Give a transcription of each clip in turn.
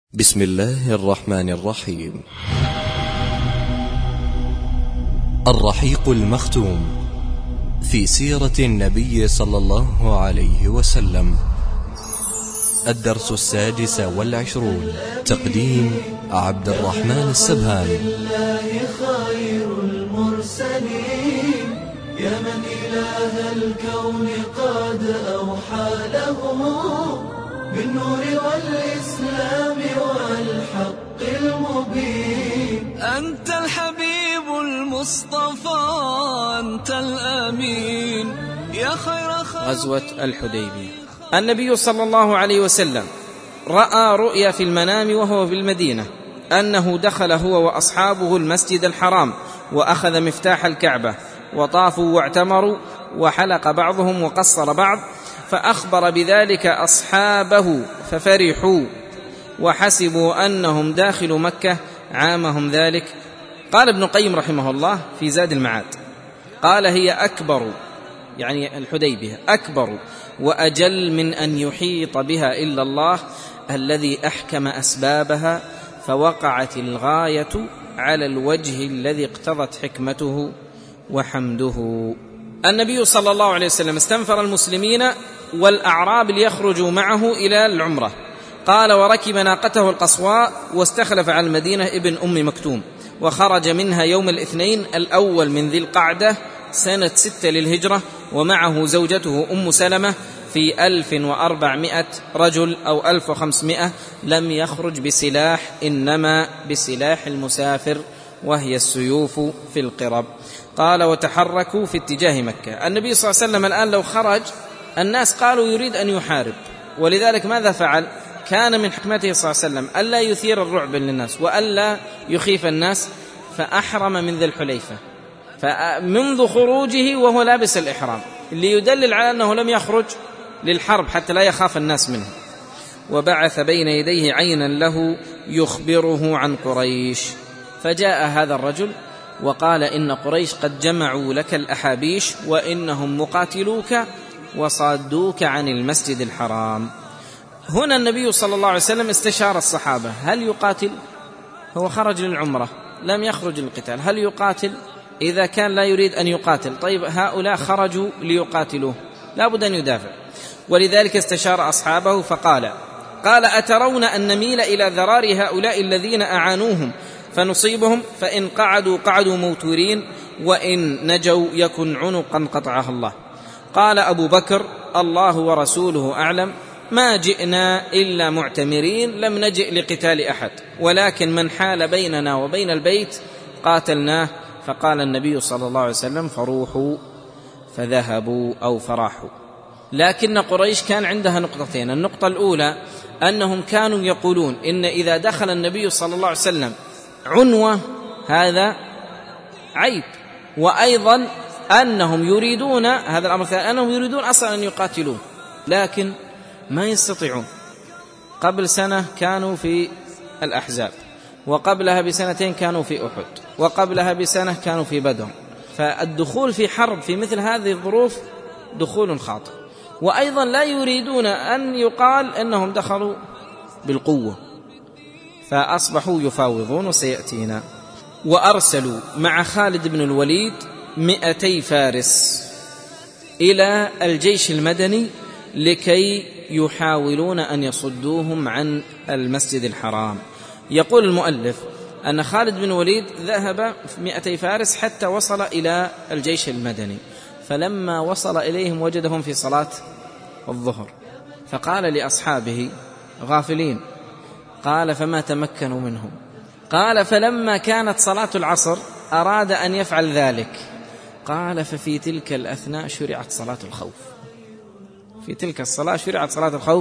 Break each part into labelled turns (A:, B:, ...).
A: بسم الله الرحمن الرحيم. الرحيق المختوم في سيرة النبي صلى الله عليه وسلم، الدرس 26. تقديم عبد الرحمن السبهان.
B: الله خير المرسلين، يا من إله الكون قد أوحى له بالنور والإسلام والحق المبين. أنت الحبيب المصطفى، أنت الأمين يا خير خلق.
C: غزوة الحديبية. النبي صلى الله عليه وسلم رأى رؤيا في المنام وهو بالمدينة أنه دخل هو وأصحابه المسجد الحرام وأخذ مفتاح الكعبة وطافوا واعتمروا، وحلق بعضهم وقصر بعض، فأخبر بذلك أصحابه ففرحوا وحسبوا أنهم داخل مكة عامهم ذلك. قال ابن القيم رحمه الله في زاد المعاد، قال هي أكبر، يعني الحديبية أكبر وأجل من أن يحيط بها إلا الله الذي أحكم أسبابها، فوقعت الغاية على الوجه الذي اقتضت حكمته وحمده. النبي صلى الله عليه وسلم استنفر المسلمين والأعراب ليخرجوا معه إلى العمرة. قال وركب ناقته القصواء واستخلف على المدينة ابن أم مكتوم، وخرج منها يوم الاثنين الأول من ذي القعدة سنة 6 للهجرة، ومعه زوجته أم سلمة في 1400 رجل أو 1500. لم يخرج بسلاح، إنما بسلاح المسافر وهي السيوف في القرب. قال وتحركوا في اتجاه مكة. النبي صلى الله عليه وسلم الآن لو خرج الناس قالوا يريد أن يحارب، ولذلك ماذا فعل؟ كان من حكمته صلى الله عليه وسلم ألا يثير الرعب للناس وألا يخيف الناس، فأحرم من ذي الحليفة، فمنذ خروجه وهو لابس الإحرام ليدلل على أنه لم يخرج للحرب حتى لا يخاف الناس منه. وبعث بين يديه عينا له يخبره عن قريش، فجاء هذا الرجل وقال إن قريش قد جمعوا لك الأحابيش وإنهم مقاتلوك وصادوك عن المسجد الحرام. هنا النبي صلى الله عليه وسلم استشار الصحابة، هل يقاتل؟ هو خرج للعمرة لم يخرج للقتال، هل يقاتل؟ إذا كان لا يريد أن يقاتل، طيب هؤلاء خرجوا ليقاتلوه لا بد أن يدافع. ولذلك استشار أصحابه فقال أترون أن نميل إلى ذرار هؤلاء الذين أعانوهم فنصيبهم؟ فإن قعدوا موتورين، وإن نجوا يكن عنقا قطعها الله. قال أبو بكر الله ورسوله أعلم، ما جئنا إلا معتمرين، لم نجئ لقتال أحد، ولكن من حال بيننا وبين البيت قاتلناه. فقال النبي صلى الله عليه وسلم فروحوا، فذهبوا أو فراحوا. لكن قريش كان عندها نقطتين. النقطة الأولى أنهم كانوا يقولون إن إذا دخل النبي صلى الله عليه وسلم عنوة هذا عيب، وأيضا أنهم يريدون هذا الأمر الثاني أنهم يريدون أصلا أن يقاتلون لكن ما يستطيعون. قبل سنة كانوا في الأحزاب، وقبلها بسنتين كانوا في أحد، وقبلها بسنة كانوا في بدر. فالدخول في حرب في مثل هذه الظروف دخول خاطئ، وأيضا لا يريدون أن يقال أنهم دخلوا بالقوة، فأصبحوا يفاوضون وسيأتينا. وأرسلوا مع خالد بن الوليد 200 فارس إلى الجيش المدني لكي يحاولون أن يصدوهم عن المسجد الحرام. يقول المؤلف أن خالد بن الوليد ذهب 200 فارس حتى وصل إلى الجيش المدني، فلما وصل إليهم وجدهم في صلاة الظهر، فقال لأصحابه غافلين، قال فما تمكنوا منهم. قال فلما كانت صلاة العصر أراد أن يفعل ذلك. قال ففي تلك الأثناء شرعت صلاة الخوف، في تلك الصلاة شرعت صلاة الخوف،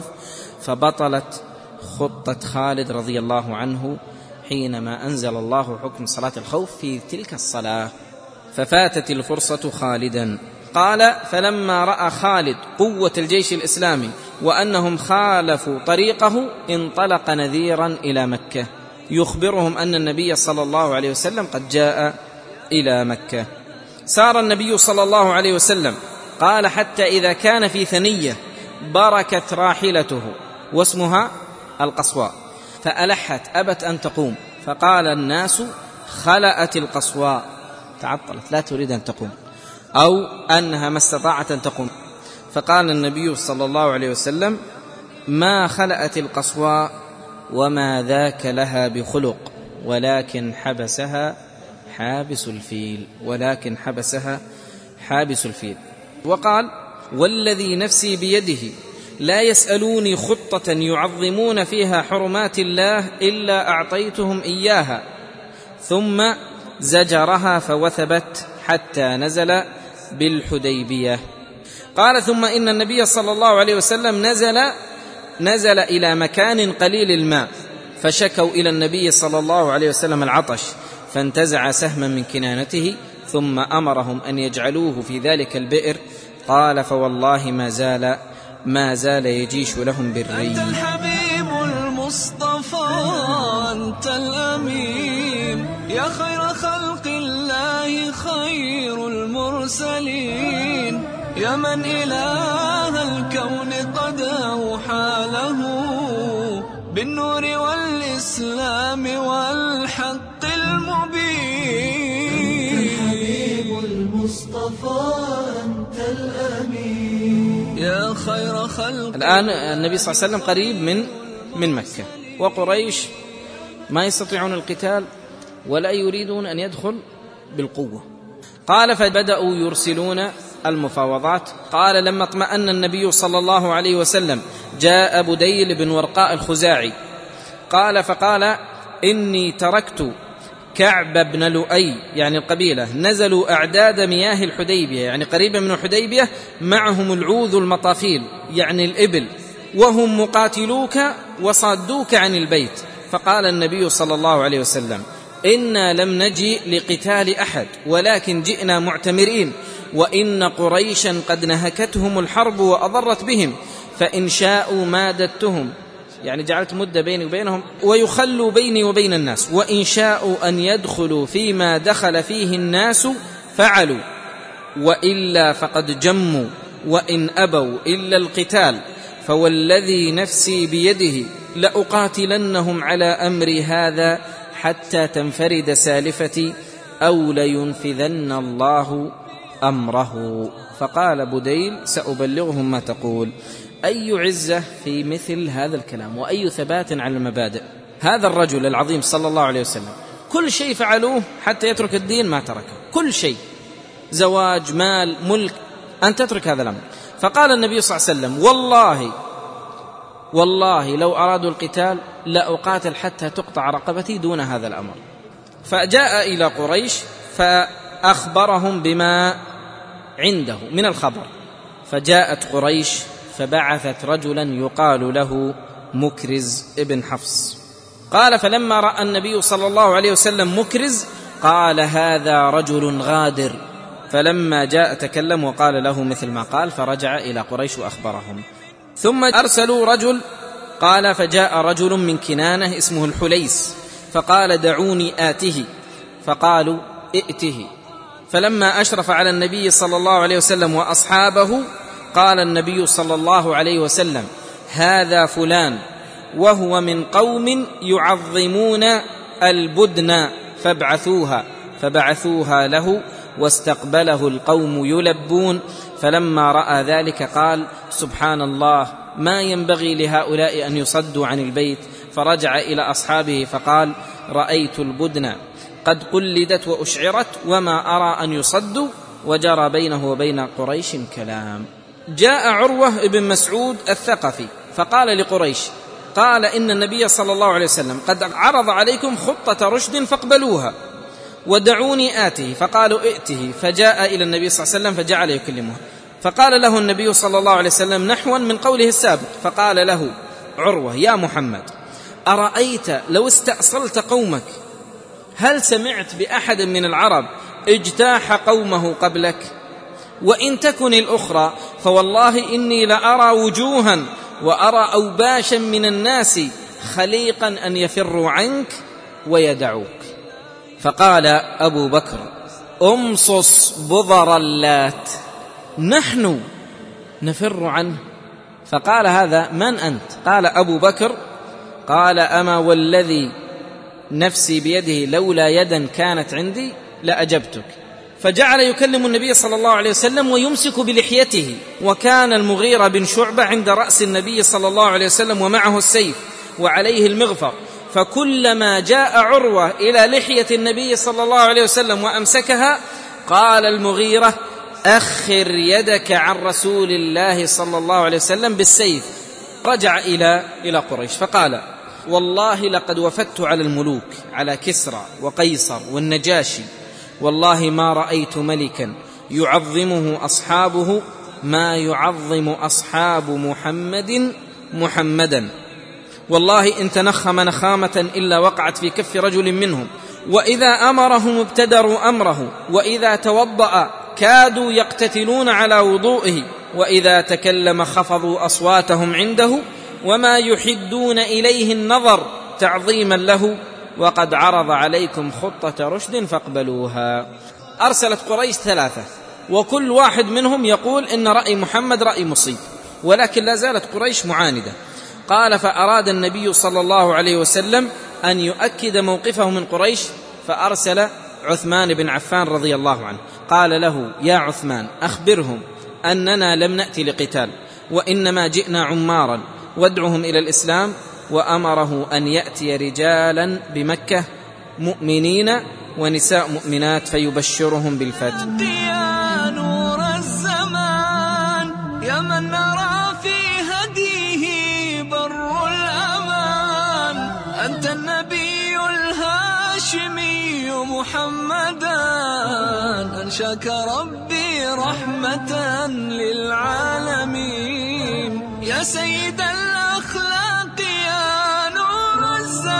C: فبطلت خطة خالد رضي الله عنه حينما أنزل الله حكم صلاة الخوف في تلك الصلاة، ففاتت الفرصة خالدا. قال فلما رأى خالد قوة الجيش الإسلامي وأنهم خالفوا طريقه انطلق نذيرا إلى مكة يخبرهم أن النبي صلى الله عليه وسلم قد جاء إلى مكة. سار النبي صلى الله عليه وسلم قال حتى إذا كان في ثنية بركت راحلته واسمها القصواء، فألحت أبت أن تقوم، فقال الناس خلأت القصواء، تعطلت لا تريد أن تقوم، أو أنها ما استطاعت أن تقوم. فقال النبي صلى الله عليه وسلم: ما خلأت القصواء وما ذاك لها بخلق، ولكن حبسها حابس الفيل، ولكن حبسها حابس الفيل. وقال: والذي نفسي بيده لا يسألوني خطة يعظمون فيها حرمات الله إلا أعطيتهم إياها. ثم زجرها فوثبت حتى نزل بالحديبية. قال: ثم إن النبي صلى الله عليه وسلم نزل إلى مكان قليل الماء، فشكوا إلى النبي صلى الله عليه وسلم العطش، فانتزع سهما من كنانته ثم أمرهم أن يجعلوه في ذلك البئر. قال: فوالله ما زال يجيش لهم بالري.
B: أنت الحبيب المصطفى، أنت الأمين، يا خير خلق الله، خير المرسلين، يا من إله الكون قد أوحى له بالنور والإسلام والحق المبين. أنت الحبيب المصطفى، أنت الأمين، يا خير خلق.
C: الآن النبي صلى الله عليه وسلم قريب من مكة، وقريش ما يستطيعون القتال ولا يريدون أن يدخل بالقوة. قال: فبدأوا يرسلون المفاوضات. قال: لما اطمأن النبي صلى الله عليه وسلم جاء بديل بن ورقاء الخزاعي، فقال: إني تركت كعب بن لؤي، يعني القبيلة، نزلوا أعداد مياه الحديبية، يعني قريبا من الحديبية، معهم العوذ المطافيل، يعني الإبل، وهم مقاتلوك وصادوك عن البيت. فقال النبي صلى الله عليه وسلم: إنا لم نجي لقتال أحد، ولكن جئنا معتمرين، وإن قريشا قد نهكتهم الحرب وأضرت بهم، فإن شاءوا مادتهم، يعني جعلت مدة بيني وبينهم ويخلوا بيني وبين الناس، وإن شاءوا أن يدخلوا فيما دخل فيه الناس فعلوا، وإلا فقد جموا، وإن أبوا إلا القتال، فوالذي نفسي بيده لأقاتلنهم على أمري هذا حتى تنفرد سالفتي، أو لينفذن الله أمره. فقال بديل: سأبلغهم ما تقول. أي عزة في مثل هذا الكلام، وأي ثبات على المبادئ. هذا الرجل العظيم صلى الله عليه وسلم كل شيء فعلوه حتى يترك الدين ما تركه، كل شيء، زواج، مال، ملك، أن تترك هذا الأمر. فقال النبي صلى الله عليه وسلم: والله لو أرادوا القتال لأقاتل حتى تقطع رقبتي دون هذا الأمر. فجاء إلى قريش فأخبرهم بما عنده من الخبر. فجاءت قريش فبعثت رجلا يقال له مكرز ابن حفص. قال: فلما رأى النبي صلى الله عليه وسلم مكرز قال: هذا رجل غادر. فلما جاء تكلم وقال له مثل ما قال، فرجع إلى قريش وأخبرهم. ثم أرسلوا رجل. قال: فجاء رجل من كنانة اسمه الحليس، فقال: دعوني آته. فقالوا: ائته. فلما أشرف على النبي صلى الله عليه وسلم وأصحابه قال النبي صلى الله عليه وسلم: هذا فلان، وهو من قوم يعظمون البدن، فبعثوها له، واستقبله القوم يلبون. فلما رأى ذلك قال: سبحان الله، ما ينبغي لهؤلاء أن يصدوا عن البيت. فرجع إلى أصحابه فقال: رأيت البدن قد قلدت وأشعرت، وما أرى أن يصدوا. وجرى بينه وبين قريش كلام. جاء عروة بن مسعود الثقفي فقال لقريش، قال: إن النبي صلى الله عليه وسلم قد عرض عليكم خطة رشد فاقبلوها، ودعوني آته. فقالوا: ائته. فجاء إلى النبي صلى الله عليه وسلم فجعل يكلمه. فقال له النبي صلى الله عليه وسلم نحوا من قوله السابق. فقال له عروة: يا محمد، أرأيت لو استأصلت قومك، هل سمعت بأحد من العرب اجتاح قومه قبلك؟ وإن تكن الأخرى فوالله إني لأرى وجوها وأرى أوباشا من الناس خليقا أن يفروا عنك ويدعوك. فقال أبو بكر: أمصص بضر اللات، نحن نفر عنه. فقال: هذا من أنت؟ قال أبو بكر: قال أما والذي نفسي بيده لولا يدا كانت عندي لأجبتك. فجعل يكلم النبي صلى الله عليه وسلم ويمسك بلحيته، وكان المغيرة بن شعبة عند رأس النبي صلى الله عليه وسلم ومعه السيف وعليه المغفر، فكلما جاء عروة إلى لحية النبي صلى الله عليه وسلم وأمسكها قال المغيرة أخر يدك عن رسول الله صلى الله عليه وسلم بالسيف. رجع إلى قريش فقال والله لقد وفدت على الملوك، على كسرى وقيصر والنجاشي، والله ما رأيت ملكا يعظمه أصحابه ما يعظم أصحاب محمدا، والله إن تنخم نخامة إلا وقعت في كف رجل منهم، وإذا أمرهم ابتدروا أمره، وإذا توضأ كادوا يقتتلون على وضوئه، وإذا تكلم خفضوا أصواتهم عنده، وما يحدون إليه النظر تعظيما له، وقد عرض عليكم خطة رشد فاقبلوها. أرسلت قريش 3، وكل واحد منهم يقول إن رأي محمد رأي مصيب، ولكن لا زالت قريش معاندة. قال فأراد النبي صلى الله عليه وسلم أن يؤكد موقفه من قريش، فأرسل عثمان بن عفان رضي الله عنه قال له يا عثمان أخبرهم أننا لم نأتي لقتال، وإنما جئنا عمارا، وادعهم إلى الإسلام. وأمره أن يأتي رجالا بمكة مؤمنين ونساء مؤمنات فيبشرهم بالفتح.
B: يا نور الزمان يا من نرى في هديه بر الأمان، أنت النبي الهاشمي محمدا، أنشاك ربي رحمة للعالمين، يا سيد الأخلاق يا نور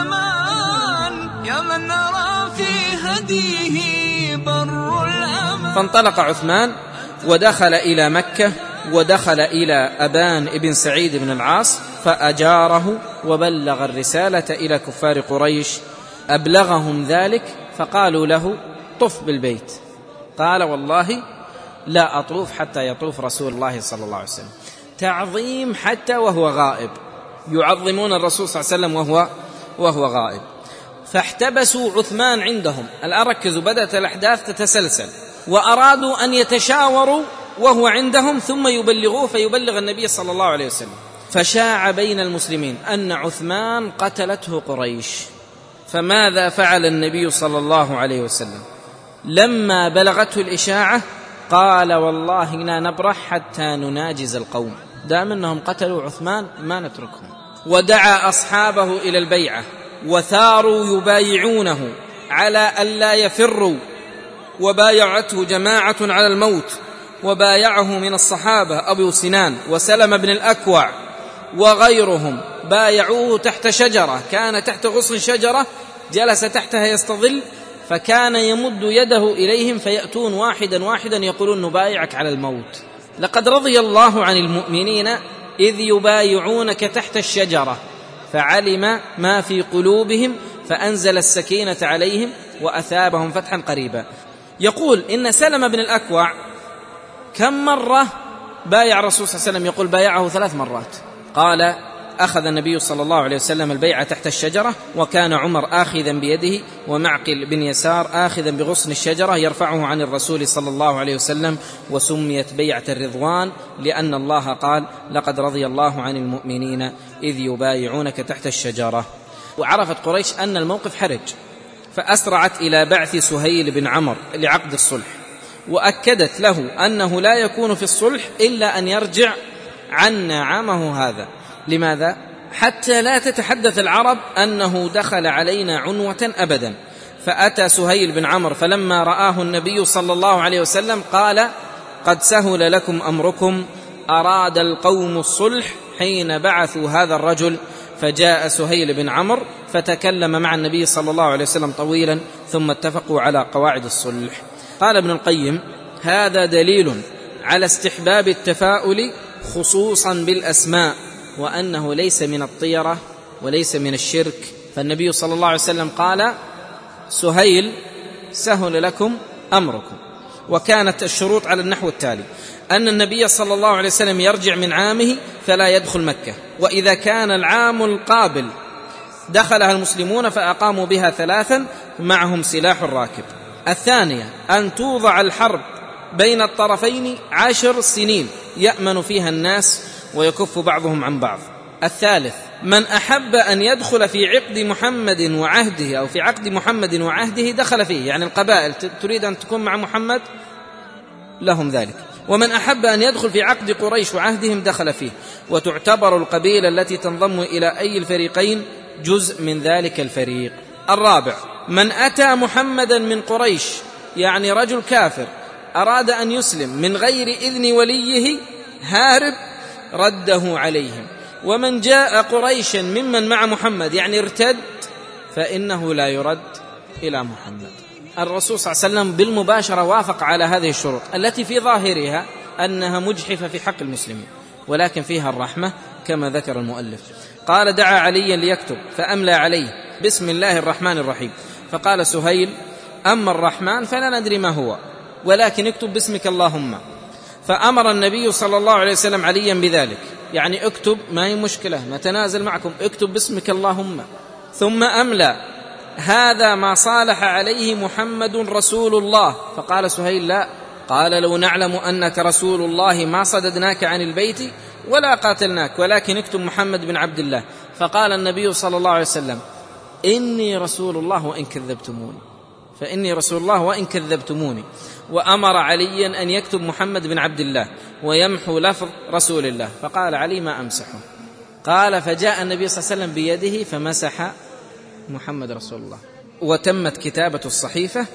B: الزمان يا من نرى في هديه بر الأمان.
C: فانطلق عثمان ودخل إلى مكة، ودخل إلى أبان بن سعيد بن العاص فأجاره وبلغ الرسالة إلى كفار قريش. أبلغهم ذلك فقالوا له طف بالبيت، قال والله لا أطوف حتى يطوف رسول الله صلى الله عليه وسلم. تعظيم حتى وهو غائب، يعظمون الرسول صلى الله عليه وسلم وهو غائب. فاحتبسوا عثمان عندهم. الآن ركزوا، بدأت الأحداث تتسلسل، وأرادوا أن يتشاوروا وهو عندهم ثم يبلغوه فيبلغ النبي صلى الله عليه وسلم. فشاع بين المسلمين أن عثمان قتلته قريش. فماذا فعل النبي صلى الله عليه وسلم لما بلغته الإشاعة؟ قال والله لا نبرح حتى نناجز القوم، دام أنهم قتلوا عثمان ما نتركهم. ودعا أصحابه إلى البيعة، وثاروا يبايعونه على ألا يفروا، وبايعته جماعة على الموت، وبايعه من الصحابة أبو سنان وسلم بن الأكوع وغيرهم، بايعوه تحت شجرة، كان تحت غصن شجرة جلس تحتها يستظل، فكان يمد يده إليهم فيأتون واحدا واحدا يقولون نبايعك على الموت. لقد رضي الله عن المؤمنين إذ يبايعونك تحت الشجرة، فعلم ما في قلوبهم فأنزل السكينة عليهم وأثابهم فتحا قريبا. يقول إن سلم بن الأكوع كم مرة بايع الرسول صلى الله عليه وسلم؟ يقول بايعه 3 مرات. قال أخذ النبي صلى الله عليه وسلم البيعة تحت الشجرة، وكان عمر آخذا بيده، ومعقل بن يسار آخذا بغصن الشجرة يرفعه عن الرسول صلى الله عليه وسلم، وسميت بيعة الرضوان لأن الله قال لقد رضي الله عن المؤمنين إذ يبايعونك تحت الشجرة. وعرفت قريش أن الموقف حرج، فأسرعت إلى بعث سهيل بن عمرو لعقد الصلح، وأكدت له أنه لا يكون في الصلح إلا أن يرجع عن نعمه هذا. لماذا؟ حتى لا تتحدث العرب أنه دخل علينا عنوة أبدا. فأتى سهيل بن عمرو فلما رآه النبي صلى الله عليه وسلم قال قد سهل لكم أمركم، أراد القوم الصلح حين بعثوا هذا الرجل. فجاء سهيل بن عمرو فتكلم مع النبي صلى الله عليه وسلم طويلا، ثم اتفقوا على قواعد الصلح. قال ابن القيم هذا دليل على استحباب التفاؤل خصوصا بالأسماء، وأنه ليس من الطيرة وليس من الشرك. فالنبي صلى الله عليه وسلم قال سهيل سهل لكم أمركم. وكانت الشروط على النحو التالي: أن النبي صلى الله عليه وسلم يرجع من عامه فلا يدخل مكة، وإذا كان العام القابل دخلها المسلمون فأقاموا بها 3 معهم سلاح الراكب. الثانية أن توضع الحرب بين الطرفين 10 سنين يأمن فيها الناس ويكف بعضهم عن بعض. الثالث من أحب أن يدخل في عقد محمد وعهده أو في عقد محمد وعهده دخل فيه، يعني القبائل تريد أن تكون مع محمد لهم ذلك، ومن أحب أن يدخل في عقد قريش وعهدهم دخل فيه، وتعتبر القبيلة التي تنضم إلى أي الفريقين جزء من ذلك الفريق. الرابع من أتى محمدا من قريش، يعني رجل كافر أراد أن يسلم من غير إذن وليه هارب رده عليهم، ومن جاء قريشا ممن مع محمد يعني ارتد فإنه لا يرد إلى محمد. الرسول صلى الله عليه وسلم بالمباشرة وافق على هذه الشروط التي في ظاهرها أنها مجحفة في حق المسلمين، ولكن فيها الرحمة كما ذكر المؤلف. قال دعا عليا ليكتب فأملى عليه بسم الله الرحمن الرحيم، فقال سهيل أما الرحمن فلا ندري ما هو، ولكن اكتب باسمك اللهم. فأمر النبي صلى الله عليه وسلم عليا بذلك، يعني اكتب ما هي مشكلة نتنازل معكم، اكتب باسمك اللهم. ثم أملى هذا ما صالح عليه محمد رسول الله، فقال سهيل لا، قال لو نعلم أنك رسول الله ما صددناك عن البيت ولا قاتلناك، ولكن اكتب محمد بن عبد الله. فقال النبي صلى الله عليه وسلم إني رسول الله وإن كذبتموني، فإني رسول الله وإن كذبتموني، وأمر عليا أن يكتب محمد بن عبد الله ويمحو لفظ رسول الله، فقال علي ما أمسحه. قال فجاء النبي صلى الله عليه وسلم بيده فمسح محمد رسول الله، وتمت كتابة الصحيفة،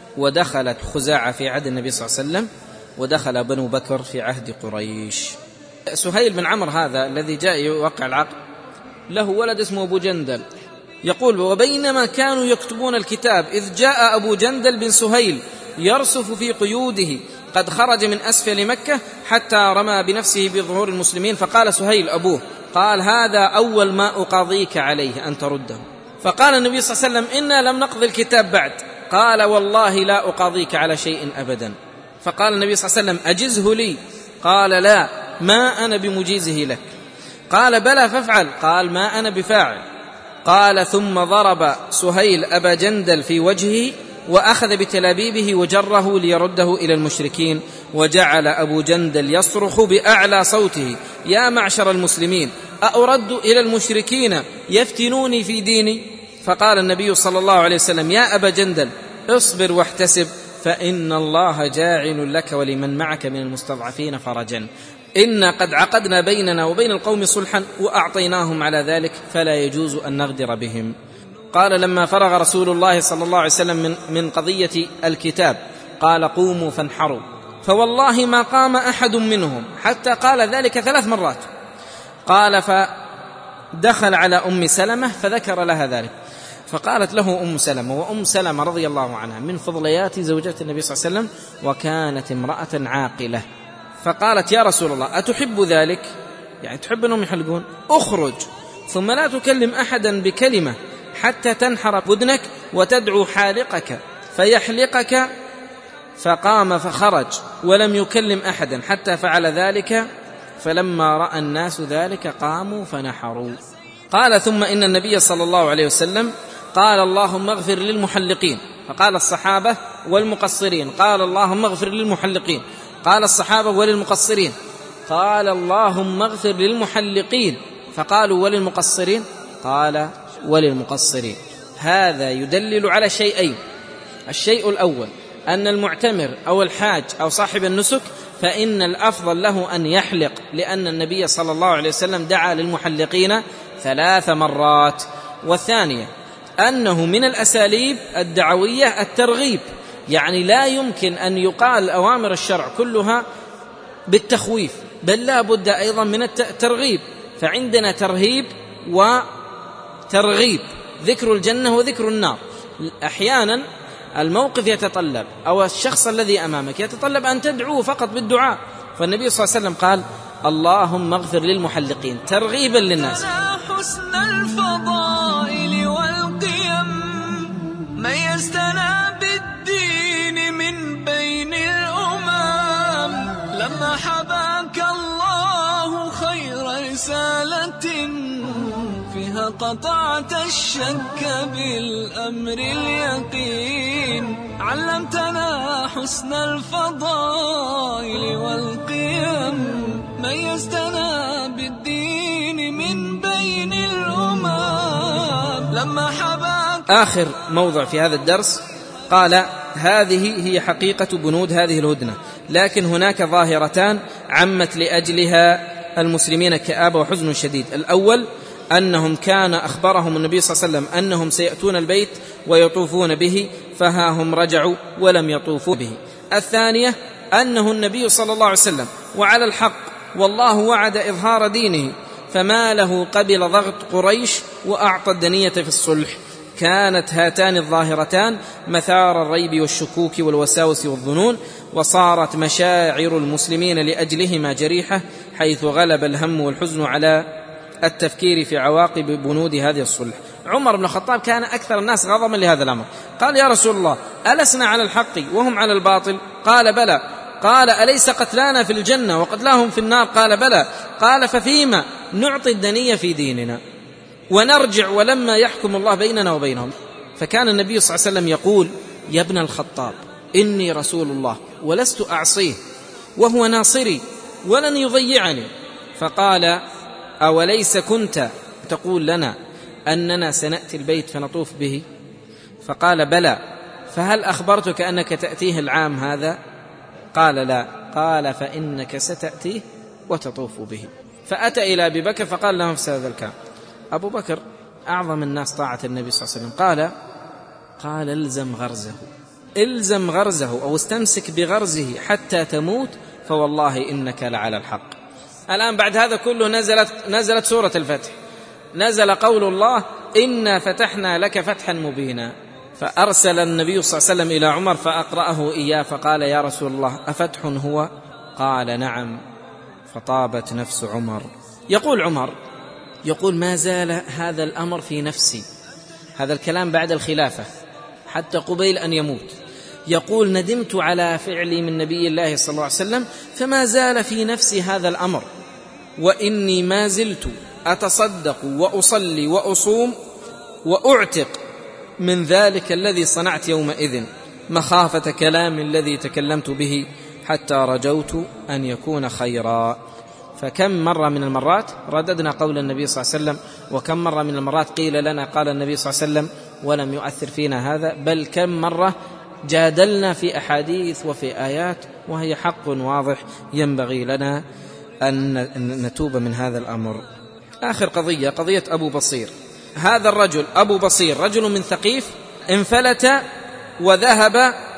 C: ودخلت خزاعة في عهد النبي صلى الله عليه وسلم، ودخل بنو بكر في عهد قريش. سهيل بن عمرو هذا الذي جاء يوقع العقد له ولد اسمه أبو جندل، يقول وبينما كانوا يكتبون الكتاب إذ جاء أبو جندل بن سهيل يرصف في قيوده قد خرج من أسفل مكة حتى رمى بنفسه بظهور المسلمين، فقال سهيل أبوه قال هذا أول ما أقاضيك عليه أن ترده. فقال النبي صلى الله عليه وسلم إنا لم نقضي الكتاب بعد، قال والله لا أقاضيك على شيء أبدا. فقال النبي صلى الله عليه وسلم أجزه لي، قال لا ما أنا بمجيزه لك. قال بلى فافعل، قال ما أنا بفاعل. قال ثم ضرب سهيل أبا جندل في وجهه وأخذ بتلابيبه وجره ليرده إلى المشركين، وجعل أبو جندل يصرخ بأعلى صوته يا معشر المسلمين أأرد إلى المشركين يفتنوني في ديني؟ فقال النبي صلى الله عليه وسلم يا أبا جندل اصبر واحتسب فإن الله جاعل لك ولمن معك من المستضعفين فرجا، إنا قد عقدنا بيننا وبين القوم صلحا وأعطيناهم على ذلك فلا يجوز أن نغدر بهم. قال لما فرغ رسول الله صلى الله عليه وسلم من قضية الكتاب قال قوموا فانحروا، فوالله ما قام أحد منهم حتى قال ذلك 3 مرات. قال فدخل على أم سلمة فذكر لها ذلك، فقالت له أم سلمة، وأم سلمة رضي الله عنها من فضليات زوجات النبي صلى الله عليه وسلم وكانت امرأة عاقلة، فقالت يا رسول الله أتحب ذلك؟ يعني تحب أنهم يحلقون؟ أخرج ثم لا تكلم أحدا بكلمة حتى تنحر بدنك وتدعو حالقك فيحلقك. فقام فخرج ولم يكلم أحدا حتى فعل ذلك، فلما رأى الناس ذلك قاموا فنحروا. قال ثم إن النبي صلى الله عليه وسلم قال اللهم اغفر للمحلقين، فقال الصحابة والمقصرين، قال اللهم اغفر للمحلقين، قال الصحابة وللمقصرين، قال اللهم اغفر للمحلقين، فقالوا وللمقصرين، قال وللمقصرين. هذا يدلل على شيئين: الشيء الأول أن المعتمر أو الحاج أو صاحب النسك فإن الأفضل له أن يحلق، لأن النبي صلى الله عليه وسلم دعا للمحلقين 3 مرات. والثانية أنه من الأساليب الدعوية الترغيب، يعني لا يمكن أن يقال أوامر الشرع كلها بالتخويف، بل لا بد أيضا من الترغيب. فعندنا ترهيب وترغيب، ذكر الجنة وذكر النار. أحيانا الموقف يتطلب أو الشخص الذي أمامك يتطلب أن تدعوه فقط بالدعاء، فالنبي صلى الله عليه وسلم قال اللهم اغفر للمحلقين ترغيبا للناس.
B: حسن الفضائل والقيم ميزتنا بالدين من بين الأمم، لما حباك الله خير رسالة فيها قطعت الشك بالأمر اليقين علمتنا حسن الفضائل والقيم ميزتنا بالدين من بين الأمم لما حباك.
C: آخر موضع في هذا الدرس قال: هذه هي حقيقة بنود هذه الهدنة، لكن هناك ظاهرتان عمت لأجلها المسلمين كآبة وحزن شديد. الأول أنهم كان أخبرهم النبي صلى الله عليه وسلم أنهم سيأتون البيت ويطوفون به، فها هم رجعوا ولم يطوفوا به. الثانية أنه النبي صلى الله عليه وسلم وعلى الحق، والله وعد إظهار دينه، فما له قبل ضغط قريش وأعطى الدنية في الصلح. كانت هاتان الظاهرتان مثار الريب والشكوك والوساوس والظنون، وصارت مشاعر المسلمين لأجلهما جريحة، حيث غلب الهم والحزن على التفكير في عواقب بنود هذه الصلح. عمر بن الخطاب كان أكثر الناس غضبا لهذا الأمر. قال: يا رسول الله، ألسنا على الحق وهم على الباطل؟ قال: بلى. قال: أليس قتلانا في الجنة وقتلاهم في النار؟ قال: بلى. قال: ففيما نعطي الدنية في ديننا ونرجع ولما يحكم الله بيننا وبينهم؟ فكان النبي صلى الله عليه وسلم يقول: يا ابن الخطاب، إني رسول الله ولست أعصيه، وهو ناصري ولن يضيعني. فقال: أوليس كنت تقول لنا أننا سنأتي البيت فنطوف به؟ فقال: بلى. فهل أخبرتك أنك تأتيه العام هذا؟ قال: لا. قال: فإنك ستأتيه وتطوف به. فأتى إلى أبي بكر فقال له نفس هذا الكلام. أبو بكر أعظم الناس طاعة النبي صلى الله عليه وسلم قال: إلزم غرزه أو استمسك بغرزه حتى تموت، فوالله إنك لعلى الحق. الآن بعد هذا كله نزلت سورة الفتح، نزل قول الله: إنا فتحنا لك فتحا مبينا. فأرسل النبي صلى الله عليه وسلم إلى عمر فأقرأه إياه، فقال: يا رسول الله، أفتح هو؟ قال: نعم. فطابت نفس عمر. يقول عمر ما زال هذا الأمر في نفسي، هذا الكلام بعد الخلافة حتى قبيل أن يموت. يقول: ندمت على فعلي من نبي الله صلى الله عليه وسلم، فما زال في نفسي هذا الأمر، وإني ما زلت أتصدق وأصلي وأصوم وأعتق من ذلك الذي صنعت يومئذ، مخافة كلام الذي تكلمت به، حتى رجوت أن يكون خيرا. فكم مرة من المرات رددنا قول النبي صلى الله عليه وسلم، وكم مرة من المرات قيل لنا قال النبي صلى الله عليه وسلم ولم يؤثر فينا هذا، بل كم مرة جادلنا في أحاديث وفي آيات وهي حق واضح ينبغي لنا أن نتوب من هذا الأمر. آخر قضية أبو بصير. هذا الرجل أبو بصير رجل من ثقيف، انفلت وذهب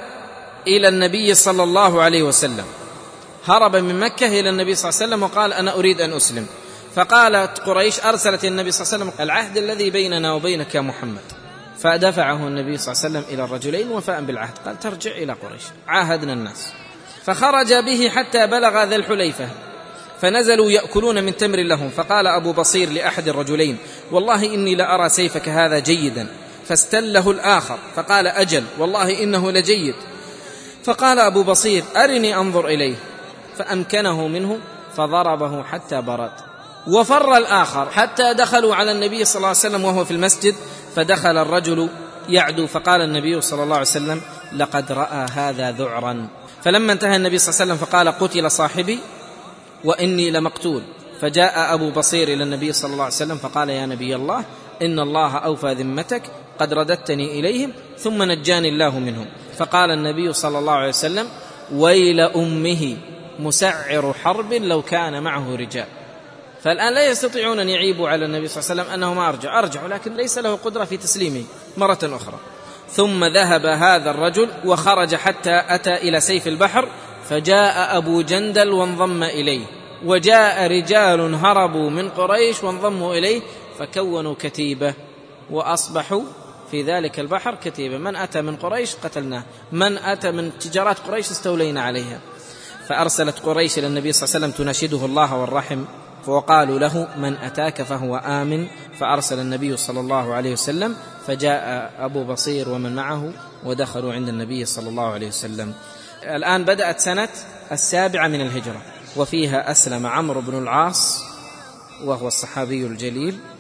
C: إلى النبي صلى الله عليه وسلم، هرب من مكة إلى النبي صلى الله عليه وسلم وقال: أنا أريد أن أسلم. فقالت قريش أرسلت النبي صلى الله عليه وسلم: العهد الذي بيننا وبينك يا محمد. فدفعه النبي صلى الله عليه وسلم إلى الرجلين وفاء بالعهد، قال: ترجع إلى قريش، عاهدنا الناس. فخرج به حتى بلغ ذا الحليفة، فنزلوا يأكلون من تمر لهم. فقال أبو بصير لأحد الرجلين: والله إني لأرى سيفك هذا جيدا. فاستله الآخر فقال: أجل والله إنه لجيد. فقال أبو بصير: أرني أنظر إليه. فأمكنه منه فضربه حتى برد. وفر الآخر حتى دخلوا على النبي صلى الله عليه وسلم وهو في المسجد، فدخل الرجل يعدو، فقال النبي صلى الله عليه وسلم: لقد رأى هذا ذعرا. فلما انتهى النبي صلى الله عليه وسلم فقال: قتل صاحبي وإني لمقتول. فجاء أبو بصير إلى النبي صلى الله عليه وسلم فقال: يا نبي الله، إن الله أوفى ذمتك، قد رددتني إليهم ثم نجاني الله منهم. فقال النبي صلى الله عليه وسلم: ويل أمه مسعر حرب لو كان معه رجال. فالآن لا يستطيعون أن يعيبوا على النبي صلى الله عليه وسلم أنه ما أرجع، لكن ليس له قدرة في تسليمه مرة أخرى. ثم ذهب هذا الرجل وخرج حتى أتى إلى سيف البحر، فجاء أبو جندل وانضم إليه، وجاء رجال هربوا من قريش وانضموا إليه، فكونوا كتيبة وأصبحوا في ذلك البحر كتيبة. من أتى من قريش قتلناه، من أتى من تجارات قريش استولينا عليها. فأرسلت قريش إلى النبي صلى الله عليه وسلم تناشده الله والرحم، وقالوا له: من أتاك فهو آمن. فأرسل النبي صلى الله عليه وسلم، فجاء أبو بصير ومن معه ودخلوا عند النبي صلى الله عليه وسلم. الآن بدأت سنة 7 من الهجرة، وفيها أسلم عمرو بن العاص وهو الصحابي الجليل،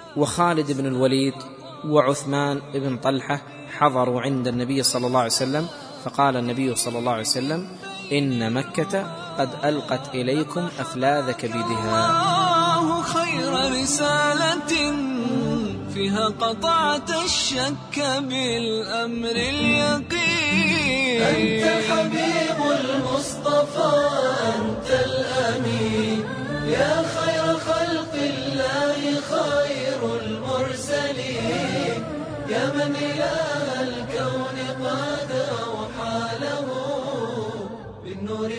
C: وخالد بن الوليد وعثمان بن طلحة حضروا عند النبي صلى الله عليه وسلم، فقال النبي صلى الله عليه وسلم: إن مكة قد ألقت إليكم أفلاذ كبدها.
B: الله خير رسالة فيها قطعت الشك بالأمر اليقين.
D: أنت حبيب المصطفى أنت الأمين، يا خير خلق الله خير المرسلين، يا من إله الكون قد أوحى له بالنور